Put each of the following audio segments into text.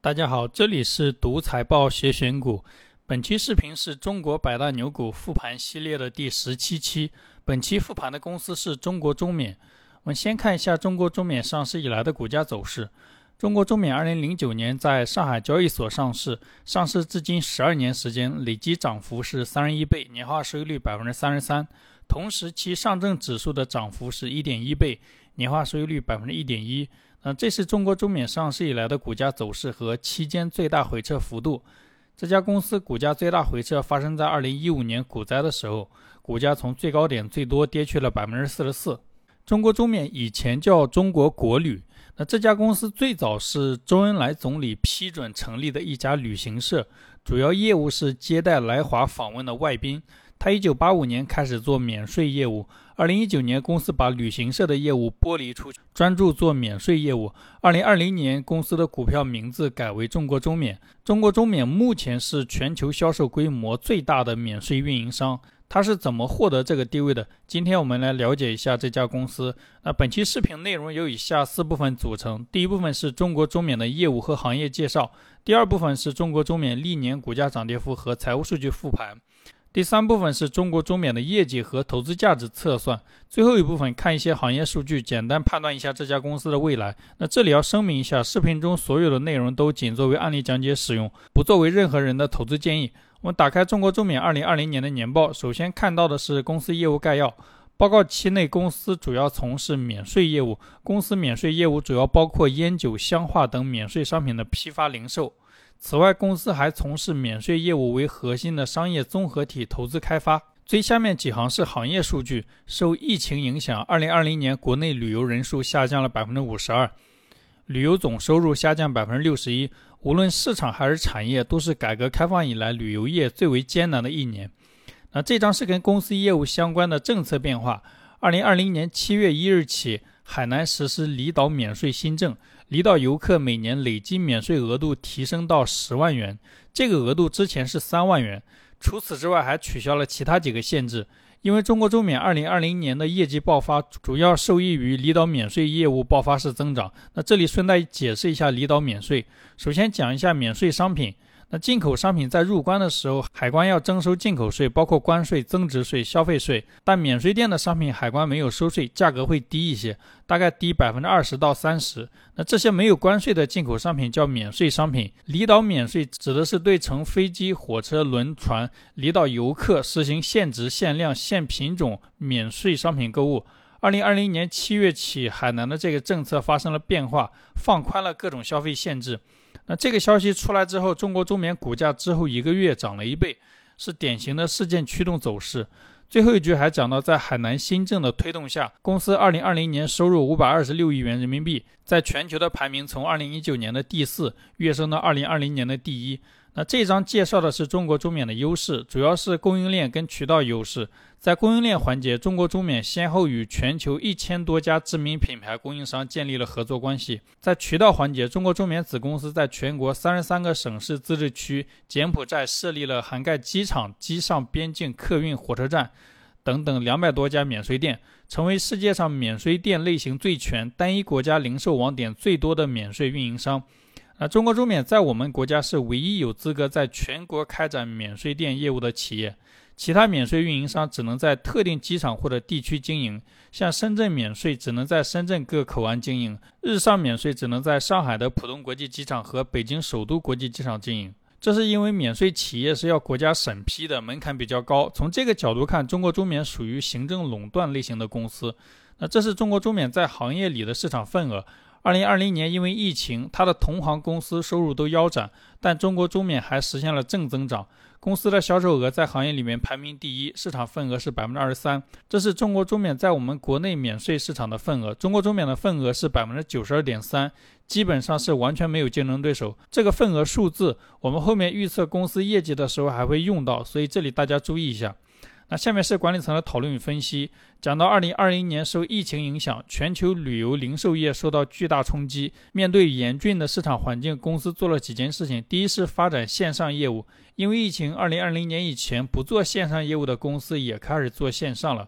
大家好，这里是读财报学选股。本期视频是中国百大牛股复盘系列的第17期。本期复盘的公司是中国中免。我们先看一下中国中免上市以来的股价走势。中国中免2009年在上海交易所上市，上市至今12年时间，累计涨幅是31倍，年化收益率 33%。同时其上证指数的涨幅是 1.1 倍，年化收益率 1.1%。这是中国中免上市以来的股价走势和期间最大回撤幅度。这家公司股价最大回撤发生在2015年股灾的时候，股价从最高点最多跌去了 44%。中国中免以前叫中国国旅，这家公司最早是周恩来总理批准成立的一家旅行社，主要业务是接待来华访问的外宾。他1985年开始做免税业务，2019年公司把旅行社的业务剥离出去，专注做免税业务。2020年公司的股票名字改为中国中免。中国中免目前是全球销售规模最大的免税运营商。它是怎么获得这个地位的？今天我们来了解一下这家公司。本期视频内容由以下4部分组成。第一部分是中国中免的业务和行业介绍，第二部分是中国中免历年股价涨跌幅和财务数据复盘，第三部分是中国中免的业绩和投资价值测算，最后一部分看一些行业数据，简单判断一下这家公司的未来。这里要声明一下，视频中所有的内容都仅作为案例讲解使用，不作为任何人的投资建议。我们打开中国中免2020年的年报，首先看到的是公司业务概要。报告期内，公司主要从事免税业务，公司免税业务主要包括烟酒、香化等免税商品的批发零售。此外，公司还从事免税业务为核心的商业综合体投资开发。最下面几行是行业数据。受疫情影响，2020年国内旅游人数下降了 52%， 旅游总收入下降 61%。 无论市场还是产业，都是改革开放以来旅游业最为艰难的一年。这张是跟公司业务相关的政策变化。2020年7月1日起，海南实施离岛免税新政，离岛游客每年累计免税额度提升到10万元，这个额度之前是3万元。除此之外，还取消了其他几个限制。因为中国中免2020年的业绩爆发主要受益于离岛免税业务爆发式增长。这里顺带解释一下离岛免税。首先讲一下免税商品。进口商品在入关的时候，海关要征收进口税，包括关税、增值税、消费税，但免税店的商品海关没有收税，价格会低一些，大概低 20%到30%。这些没有关税的进口商品叫免税商品。离岛免税指的是对乘飞机、火车、轮船离岛游客实行限值、限量、限品种免税商品购物。2020年7月起，海南的这个政策发生了变化，放宽了各种消费限制。这个消息出来之后，中国中免股价之后1个月涨了1倍，是典型的事件驱动走势。最后一句还讲到，在海南新政的推动下，公司2020年收入526亿元人民币，在全球的排名从2019年的第4跃升到2020年的第1。这张介绍的是中国中免的优势，主要是供应链跟渠道优势。在供应链环节，中国中免先后与全球1000多家知名品牌供应商建立了合作关系。在渠道环节，中国中免子公司在全国33个省市自治区、柬埔寨设立了涵盖机场、机上、边境、客运、火车站等等200多家免税店，成为世界上免税店类型最全、单一国家零售网点最多的免税运营商。中国中免在我们国家是唯一有资格在全国开展免税店业务的企业，其他免税运营商只能在特定机场或者地区经营，像深圳免税只能在深圳各口岸经营，日上免税只能在上海的浦东国际机场和北京首都国际机场经营。这是因为免税企业是要国家审批的，门槛比较高。从这个角度看，中国中免属于行政垄断类型的公司。这是中国中免在行业里的市场份额。2020年因为疫情，它的同行公司收入都腰斩，但中国中免还实现了正增长。公司的销售额在行业里面排名第1，市场份额是 23%。这是中国中免在我们国内免税市场的份额。中国中免的份额是 92.3%， 基本上是完全没有竞争对手。这个份额数字我们后面预测公司业绩的时候还会用到，所以这里大家注意一下。下面是管理层的讨论与分析。讲到2020年受疫情影响，全球旅游零售业受到巨大冲击。面对严峻的市场环境，公司做了几件事情。第一是发展线上业务，因为疫情，2020年以前不做线上业务的公司也开始做线上了。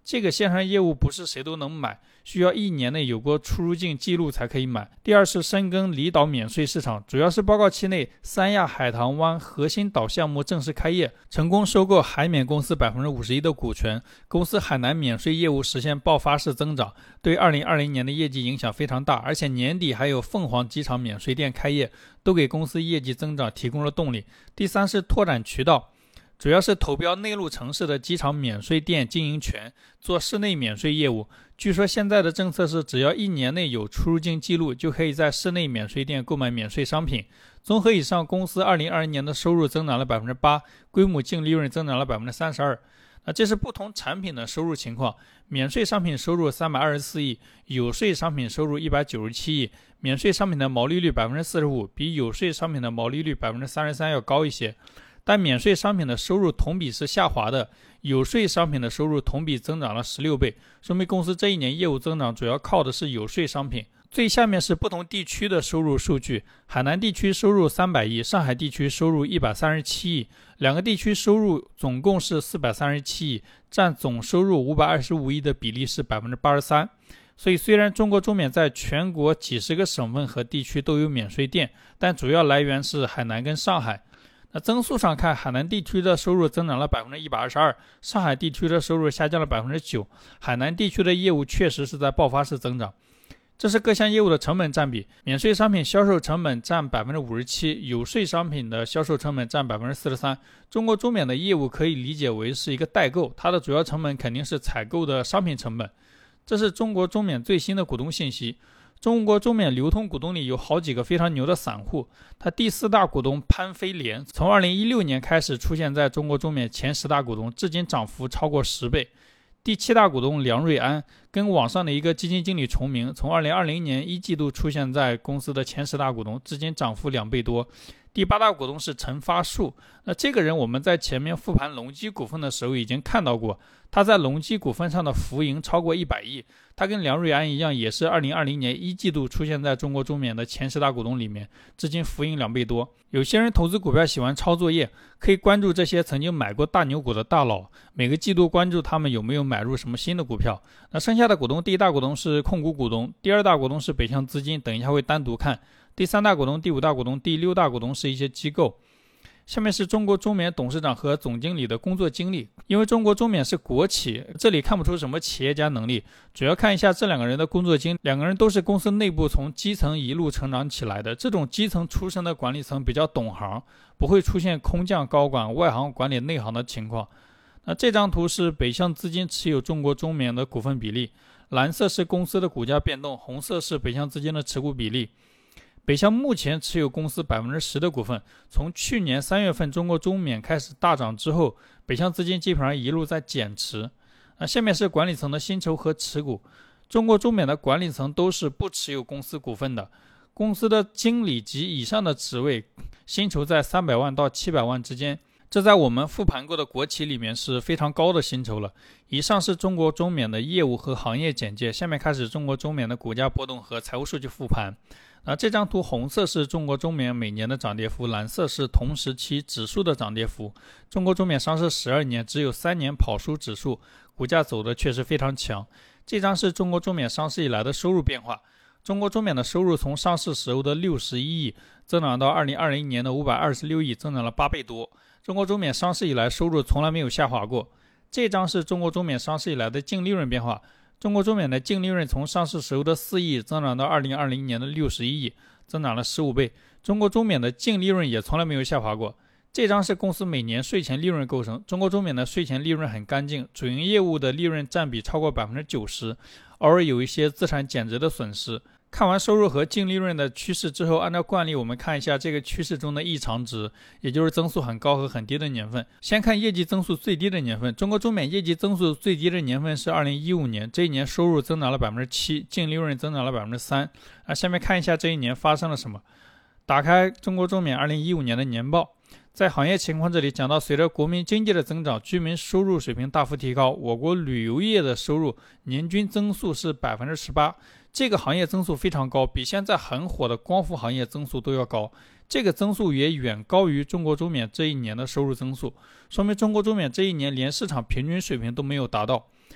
这个线上业务不是谁都能买，需要1年内有过出入境记录才可以买。第二是深耕离岛免税市场，主要是报告期内三亚海棠湾核心岛项目正式开业，成功收购海免公司51%的股权，公司海南免税业务实现爆发式增长，对2020年的业绩影响非常大，而且年底还有凤凰机场免税店开业，都给公司业绩增长提供了动力。第三是拓展渠道，主要是投标内陆城市的机场免税店经营权，做室内免税业务。据说现在的政策是只要1年内有出入境记录，就可以在室内免税店购买免税商品。综合以上，公司2020年的收入增长了 8%， 规模净利润增长了 32%。这是不同产品的收入情况，免税商品收入324亿，有税商品收入197亿，免税商品的毛利率 45%， 比有税商品的毛利率 33% 要高一些。但免税商品的收入同比是下滑的，有税商品的收入同比增长了16倍，说明公司这一年业务增长主要靠的是有税商品。最下面是不同地区的收入数据，海南地区收入300亿，上海地区收入137亿，两个地区收入总共是437亿，占总收入525亿的比例是 83%。所以虽然中国中免在全国几十个省份和地区都有免税店，但主要来源是海南跟上海。增速上看，海南地区的收入增长了 122%， 上海地区的收入下降了 9%， 海南地区的业务确实是在爆发式增长。这是各项业务的成本占比，免税商品销售成本占 57%， 有税商品的销售成本占 43%。 中国中免的业务可以理解为是一个代购，它的主要成本肯定是采购的商品成本。这是中国中免最新的股东信息。中国中免流通股东里有好几个非常牛的散户，他第4大股东潘飞廉从2016年开始出现在中国中免前10大股东，至今涨幅超过10倍。第7大股东梁瑞安跟网上的一个基金经理重名，从2020年1季度出现在公司的前10大股东，至今涨幅2倍多。第8大股东是陈发树，这个人我们在前面复盘隆基股份的时候已经看到过，他在隆基股份上的浮盈超过100亿，他跟梁瑞安一样，也是2020年1季度出现在中国中免的前10大股东里面，至今浮盈2倍多。有些人投资股票喜欢抄作业，可以关注这些曾经买过大牛股的大佬，每个季度关注他们有没有买入什么新的股票。剩下的股东，第1大股东是控股股东，第2大股东是北向资金，等一下会单独看。第3大股东、第5大股东、第6大股东是一些机构。下面是中国中免董事长和总经理的工作经历。因为中国中免是国企，这里看不出什么企业家能力，主要看一下这两个人的工作经历。两个人都是公司内部从基层一路成长起来的，这种基层出身的管理层比较懂行，不会出现空降高管、外行管理内行的情况。这张图是北向资金持有中国中免的股份比例，蓝色是公司的股价变动，红色是北向资金的持股比例。北向目前持有公司 10% 的股份，从去年3月份中国中免开始大涨之后，北向资金基本上一路在减持。下面是管理层的薪酬和持股。中国中免的管理层都是不持有公司股份的，公司的经理级以上的职位薪酬在300万到700万之间，这在我们复盘过的国企里面是非常高的薪酬了。以上是中国中免的业务和行业简介，下面开始中国中免的股价波动和财务数据复盘。这张图红色是中国中免每年的涨跌幅，蓝色是同时期指数的涨跌幅。中国中免上市12年，只有3年跑输指数，股价走的确实非常强。这张是中国中免上市以来的收入变化。中国中免的收入从上市时候的61亿增长到2020年的526亿，增长了8倍多。中国中免上市以来收入从来没有下滑过。这张是中国中免上市以来的净利润变化。中国中免的净利润从上市时候的4亿增长到2020年的61亿，增长了15倍。中国中免的净利润也从来没有下滑过。这张是公司每年税前利润构成。中国中免的税前利润很干净，主营业务的利润占比超过 90%， 偶尔有一些资产减值的损失。看完收入和净利润的趋势之后，按照惯例我们看一下这个趋势中的异常值，也就是增速很高和很低的年份。先看业绩增速最低的年份。中国中免业绩增速最低的年份是2015年，这一年收入增长了 7%， 净利润增长了 3%。下面看一下这一年发生了什么。打开中国中免2015年的年报，在行业情况这里讲到，随着国民经济的增长，居民收入水平大幅提高，我国旅游业的收入年均增速是 18%， 这个行业增速非常高，比现在很火的光伏行业增速都要高。这个增速也远高于中国中免这一年的收入增速，说明中国中免这一年连市场平均水平都没有达到。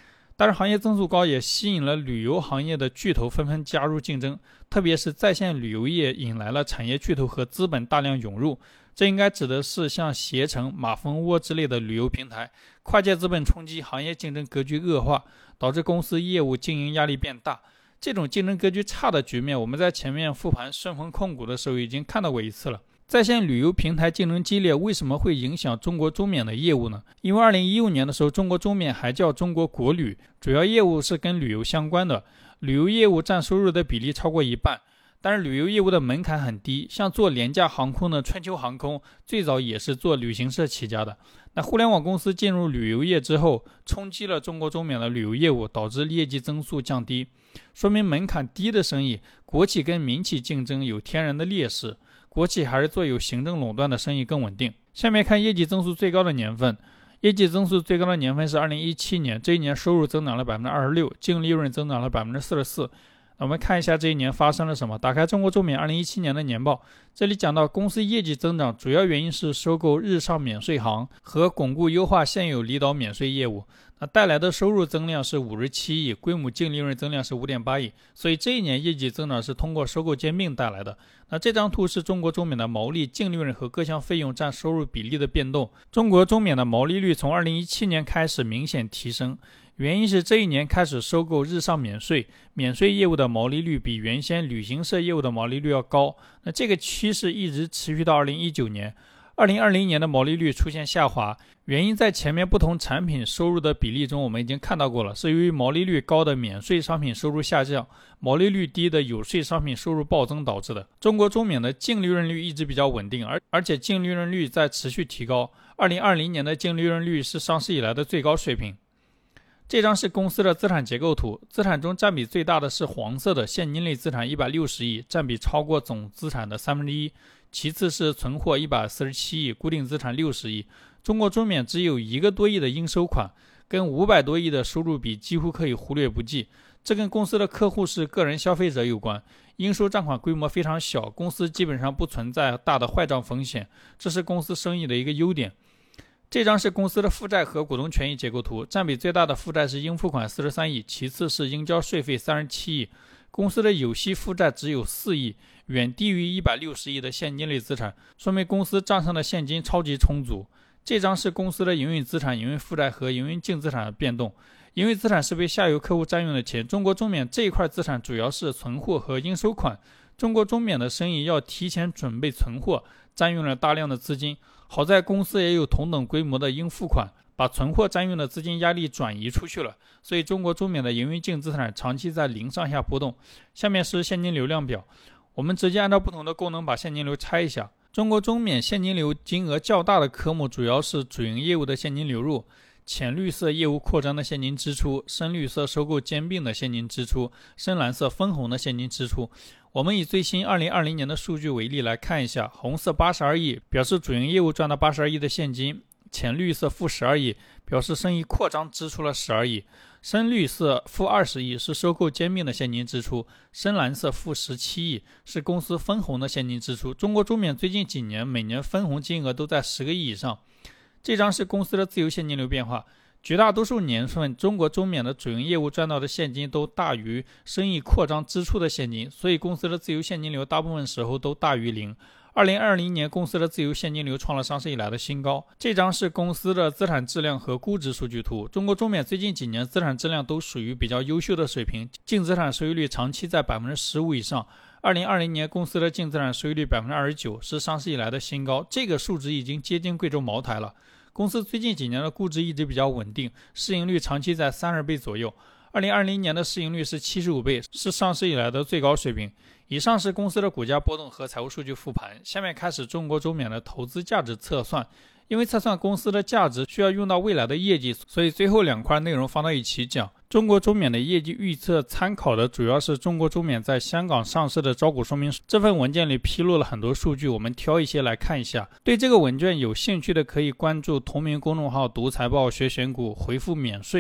但是行业增速高也吸引了旅游行业的巨头纷纷加入竞争，特别是在线旅游业引来了产业巨头和资本大量涌入，这应该指的是像携程、马蜂窝之类的旅游平台。跨界资本冲击，行业竞争格局恶化，导致公司业务经营压力变大。这种竞争格局差的局面，我们在前面复盘顺丰控股的时候已经看到过一次了。在线旅游平台竞争激烈，为什么会影响中国中免的业务呢？因为2015年的时候，中国中免还叫中国国旅，主要业务是跟旅游相关的，旅游业务占收入的比例超过一半。但是旅游业务的门槛很低，像做廉价航空的春秋航空，最早也是做旅行社起家的。那互联网公司进入旅游业之后，冲击了中国中免的旅游业务，导致业绩增速降低，说明门槛低的生意，国企跟民企竞争有天然的劣势，国企还是做有行政垄断的生意更稳定。下面看业绩增速最高的年份，业绩增速最高的年份是2017年，这一年收入增长了 26%， 净利润增长了 44%。我们看一下这一年发生了什么。打开中国中免2017年的年报，这里讲到公司业绩增长主要原因是收购日上免税行和巩固优化现有离岛免税业务，带来的收入增量是57亿，规模净利润增量是 5.8 亿，所以这一年业绩增长是通过收购兼并带来的。这张图是中国中免的毛利、净利润和各项费用占收入比例的变动。中国中免的毛利率从2017年开始明显提升，原因是这一年开始收购日上免税，免税业务的毛利率比原先旅行社业务的毛利率要高。这个趋势一直持续到2019年。2020年的毛利率出现下滑，原因在前面不同产品收入的比例中我们已经看到过了，是由于毛利率高的免税商品收入下降，毛利率低的有税商品收入暴增导致的。中国中免的净利润率一直比较稳定，而且净利润率在持续提高。2020年的净利润率是上市以来的最高水平。这张是公司的资产结构图，资产中占比最大的是黄色的现金类资产160亿，占比超过总资产的1/3，其次是存货147亿，固定资产60亿。中国中免只有1个多亿的应收款，跟500多亿的收入比几乎可以忽略不计。这跟公司的客户是个人消费者有关，应收账款规模非常小，公司基本上不存在大的坏账风险，这是公司生意的一个优点。这张是公司的负债和股东权益结构图，占比最大的负债是应付款43亿，其次是应交税费37亿。公司的有息负债只有4亿，远低于160亿的现金类资产，说明公司账上的现金超级充足。这张是公司的营运资产、营运负债和营运净资产的变动。营运资产是被下游客户占用的钱，中国中免这一块资产主要是存货和应收款。中国中免的生意要提前准备存货，占用了大量的资金。好在公司也有同等规模的应付款，把存货占用的资金压力转移出去了，所以中国中免的营运净资产长期在零上下波动。下面是现金流量表，我们直接按照不同的功能把现金流拆一下。中国中免现金流金额较大的科目主要是主营业务的现金流入，浅绿色业务扩张的现金支出，深绿色收购兼并的现金支出，深蓝色分红的现金支出。我们以最新2020年的数据为例来看一下，红色82亿表示主营业务赚到82亿的现金，浅绿色-12亿表示生意扩张支出了12亿，深绿色-20亿是收购兼并的现金支出，深蓝色-17亿是公司分红的现金支出。中国中免最近几年每年分红金额都在10个亿以上。这张是公司的自由现金流变化，绝大多数年份中国中免的主营业务赚到的现金都大于生意扩张支出的现金，所以公司的自由现金流大部分时候都大于0。2020年公司的自由现金流创了上市以来的新高。这张是公司的资产质量和估值数据图，中国中免最近几年资产质量都属于比较优秀的水平，净资产收益率长期在 15% 以上。2020年公司的净资产收益率 29%， 是上市以来的新高，这个数值已经接近贵州茅台了。公司最近几年的估值一直比较稳定，市盈率长期在30倍左右。2020年的市盈率是75倍，是上市以来的最高水平。以上是公司的股价波动和财务数据复盘，下面开始中国中免的投资价值测算。因为测算公司的价值需要用到未来的业绩，所以最后2块内容放到一起讲。中国中免的业绩预测参考的主要是中国中免在香港上市的招股说明书，这份文件里披露了很多数据，我们挑一些来看一下。对这个文件有兴趣的可以关注同名公众号读财报学选股，回复免税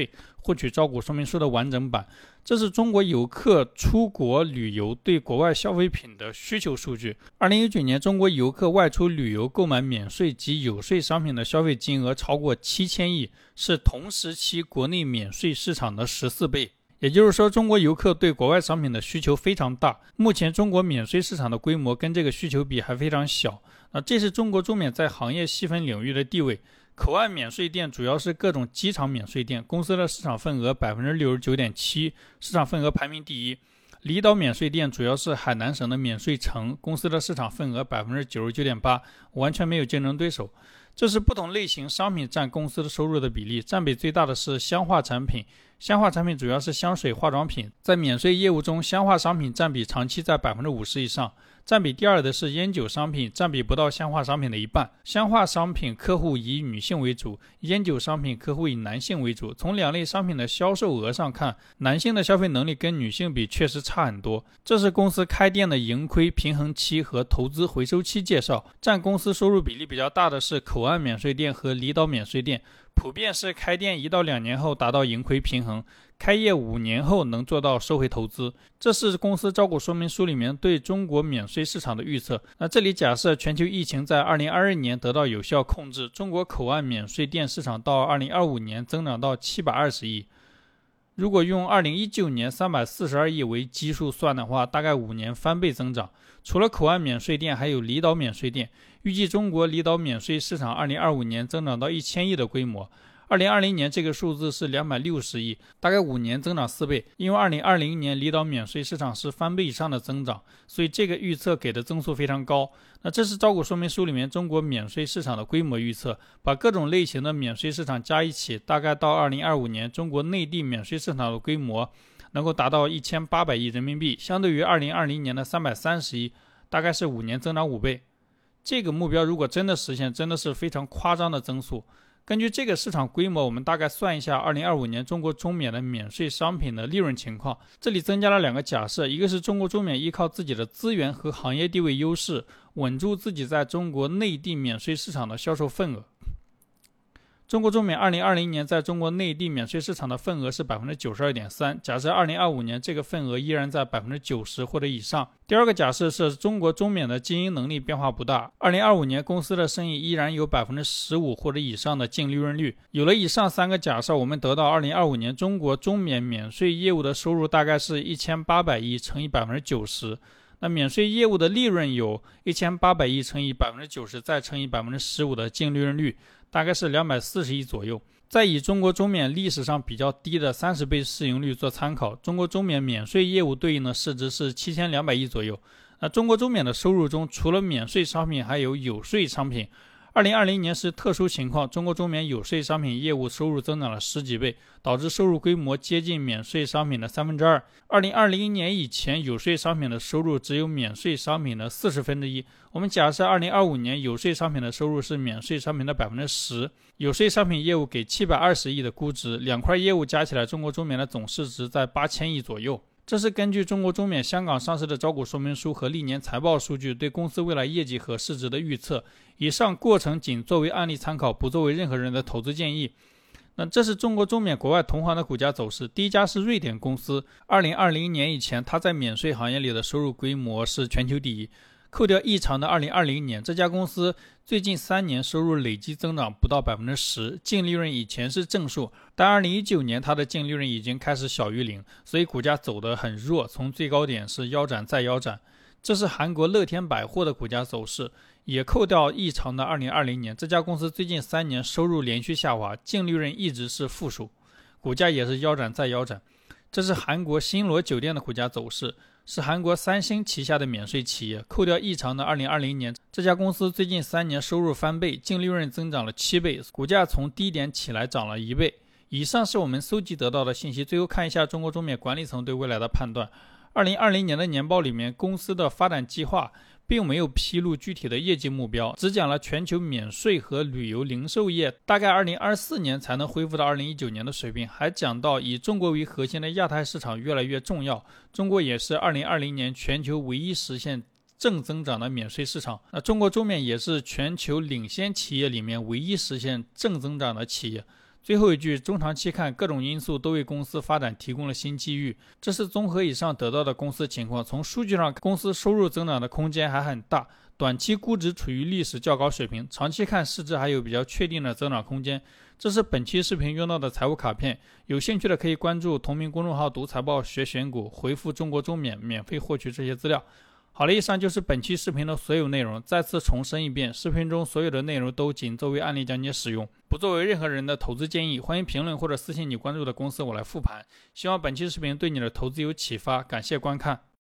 获取招股说明书的完整版。这是中国游客出国旅游对国外消费品的需求数据。2019年，中国游客外出旅游购买免税及有税商品的消费金额超过7000亿，是同时期国内免税市场的14倍。也就是说，中国游客对国外商品的需求非常大。目前中国免税市场的规模跟这个需求比还非常小。这是中国中免在行业细分领域的地位。口岸免税店主要是各种机场免税店，公司的市场份额 69.7%， 市场份额排名第一。离岛免税店主要是海南省的免税城，公司的市场份额 99.8%， 完全没有竞争对手。这是不同类型商品占公司的收入的比例，占比最大的是香化产品。香化产品主要是香水、化妆品，在免税业务中，香化商品占比长期在 50% 以上。占比第二的是烟酒商品，占比不到香化商品的一半。香化商品客户以女性为主，烟酒商品客户以男性为主。从两类商品的销售额上看，男性的消费能力跟女性比确实差很多。这是公司开店的盈亏平衡期和投资回收期介绍。占公司收入比例比较大的是口岸免税店和离岛免税店，普遍是开店1到2年后达到盈亏平衡，开业5年后能做到收回投资。这是公司招股说明书里面对中国免税市场的预测。这里假设全球疫情在2022年得到有效控制，中国口岸免税店市场到2025年增长到720亿。如果用2019年342亿为基数算的话，大概5年翻倍增长。除了口岸免税店，还有离岛免税店。预计中国离岛免税市场2025年增长到1000亿的规模。2020年这个数字是260亿，大概5年增长4倍。因为2020年离岛免税市场是翻倍以上的增长，所以这个预测给的增速非常高。这是招股说明书里面中国免税市场的规模预测，把各种类型的免税市场加一起，大概到2025年中国内地免税市场的规模能够达到1800亿人民币，相对于2020年的330亿，大概是5年增长5倍。这个目标如果真的实现，真的是非常夸张的增速。根据这个市场规模，我们大概算一下2025年中国中免的免税商品的利润情况。这里增加了2个假设，一个是中国中免依靠自己的资源和行业地位优势，稳住自己在中国内地免税市场的销售份额。中国中免2020年在中国内地免税市场的份额是 92.3%， 假设2025年这个份额依然在 90% 或者以上。第二个假设是中国中免的经营能力变化不大，2025年公司的生意依然有 15% 或者以上的净利润率。有了以上3个假设，我们得到2025年中国中免免税业务的收入大概是1800亿乘以 90%。那免税业务的利润有1800亿乘以 90%， 再乘以 15% 的净利润率，大概是240亿左右。再以中国中免历史上比较低的30倍市盈率做参考，中国中免免税业务对应的市值是7200亿左右。中国中免的收入中，除了免税商品，还有有税商品。2020年是特殊情况，中国中免有税商品业务收入增长了10几倍，导致收入规模接近免税商品的2/3。2020年以前，有税商品的收入只有免税商品的1/40。我们假设2025年有税商品的收入是免税商品的 10%， 有税商品业务给720亿的估值，2块业务加起来，中国中免的总市值在8000亿左右。这是根据中国中免香港上市的招股说明书和历年财报数据对公司未来业绩和市值的预测。以上过程仅作为案例参考，不作为任何人的投资建议。这是中国中免国外同行的股价走势。第一家是瑞典公司，2020年以前，它在免税行业里的收入规模是全球第一。扣掉异常的2020年，这家公司最近3年收入累计增长不到 10%， 净利润以前是正数，但2019年它的净利润已经开始小于0，所以股价走得很弱，从最高点是腰斩再腰斩。这是韩国乐天百货的股价走势，也扣掉异常的2020年，这家公司最近3年收入连续下滑，净利润一直是负数，股价也是腰斩再腰斩。这是韩国星罗酒店的股价走势，是韩国三星旗下的免税企业，扣掉异常的2020年，这家公司最近3年收入翻倍，净利润增长了7倍，股价从低点起来涨了1倍。以上是我们搜集得到的信息，最后看一下中国中免管理层对未来的判断。2020年的年报里面，公司的发展计划并没有披露具体的业绩目标，只讲了全球免税和旅游零售业大概2024年才能恢复到2019年的水平，还讲到以中国为核心的亚太市场越来越重要，中国也是2020年全球唯一实现正增长的免税市场。中国中免也是全球领先企业里面唯一实现正增长的企业。 最后一句，中长期看，各种因素都为公司发展提供了新机遇。这是综合以上得到的公司情况。从数据上，公司收入增长的空间还很大，短期估值处于历史较高水平，长期看市值还有比较确定的增长空间。这是本期视频用到的财务卡片，有兴趣的可以关注同名公众号读财报学选股，回复中国中免免费获取这些资料。好了，以上就是本期视频的所有内容。再次重申一遍，视频中所有的内容都仅作为案例讲解使用，不作为任何人的投资建议。欢迎评论或者私信你关注的公司，我来复盘。希望本期视频对你的投资有启发，感谢观看。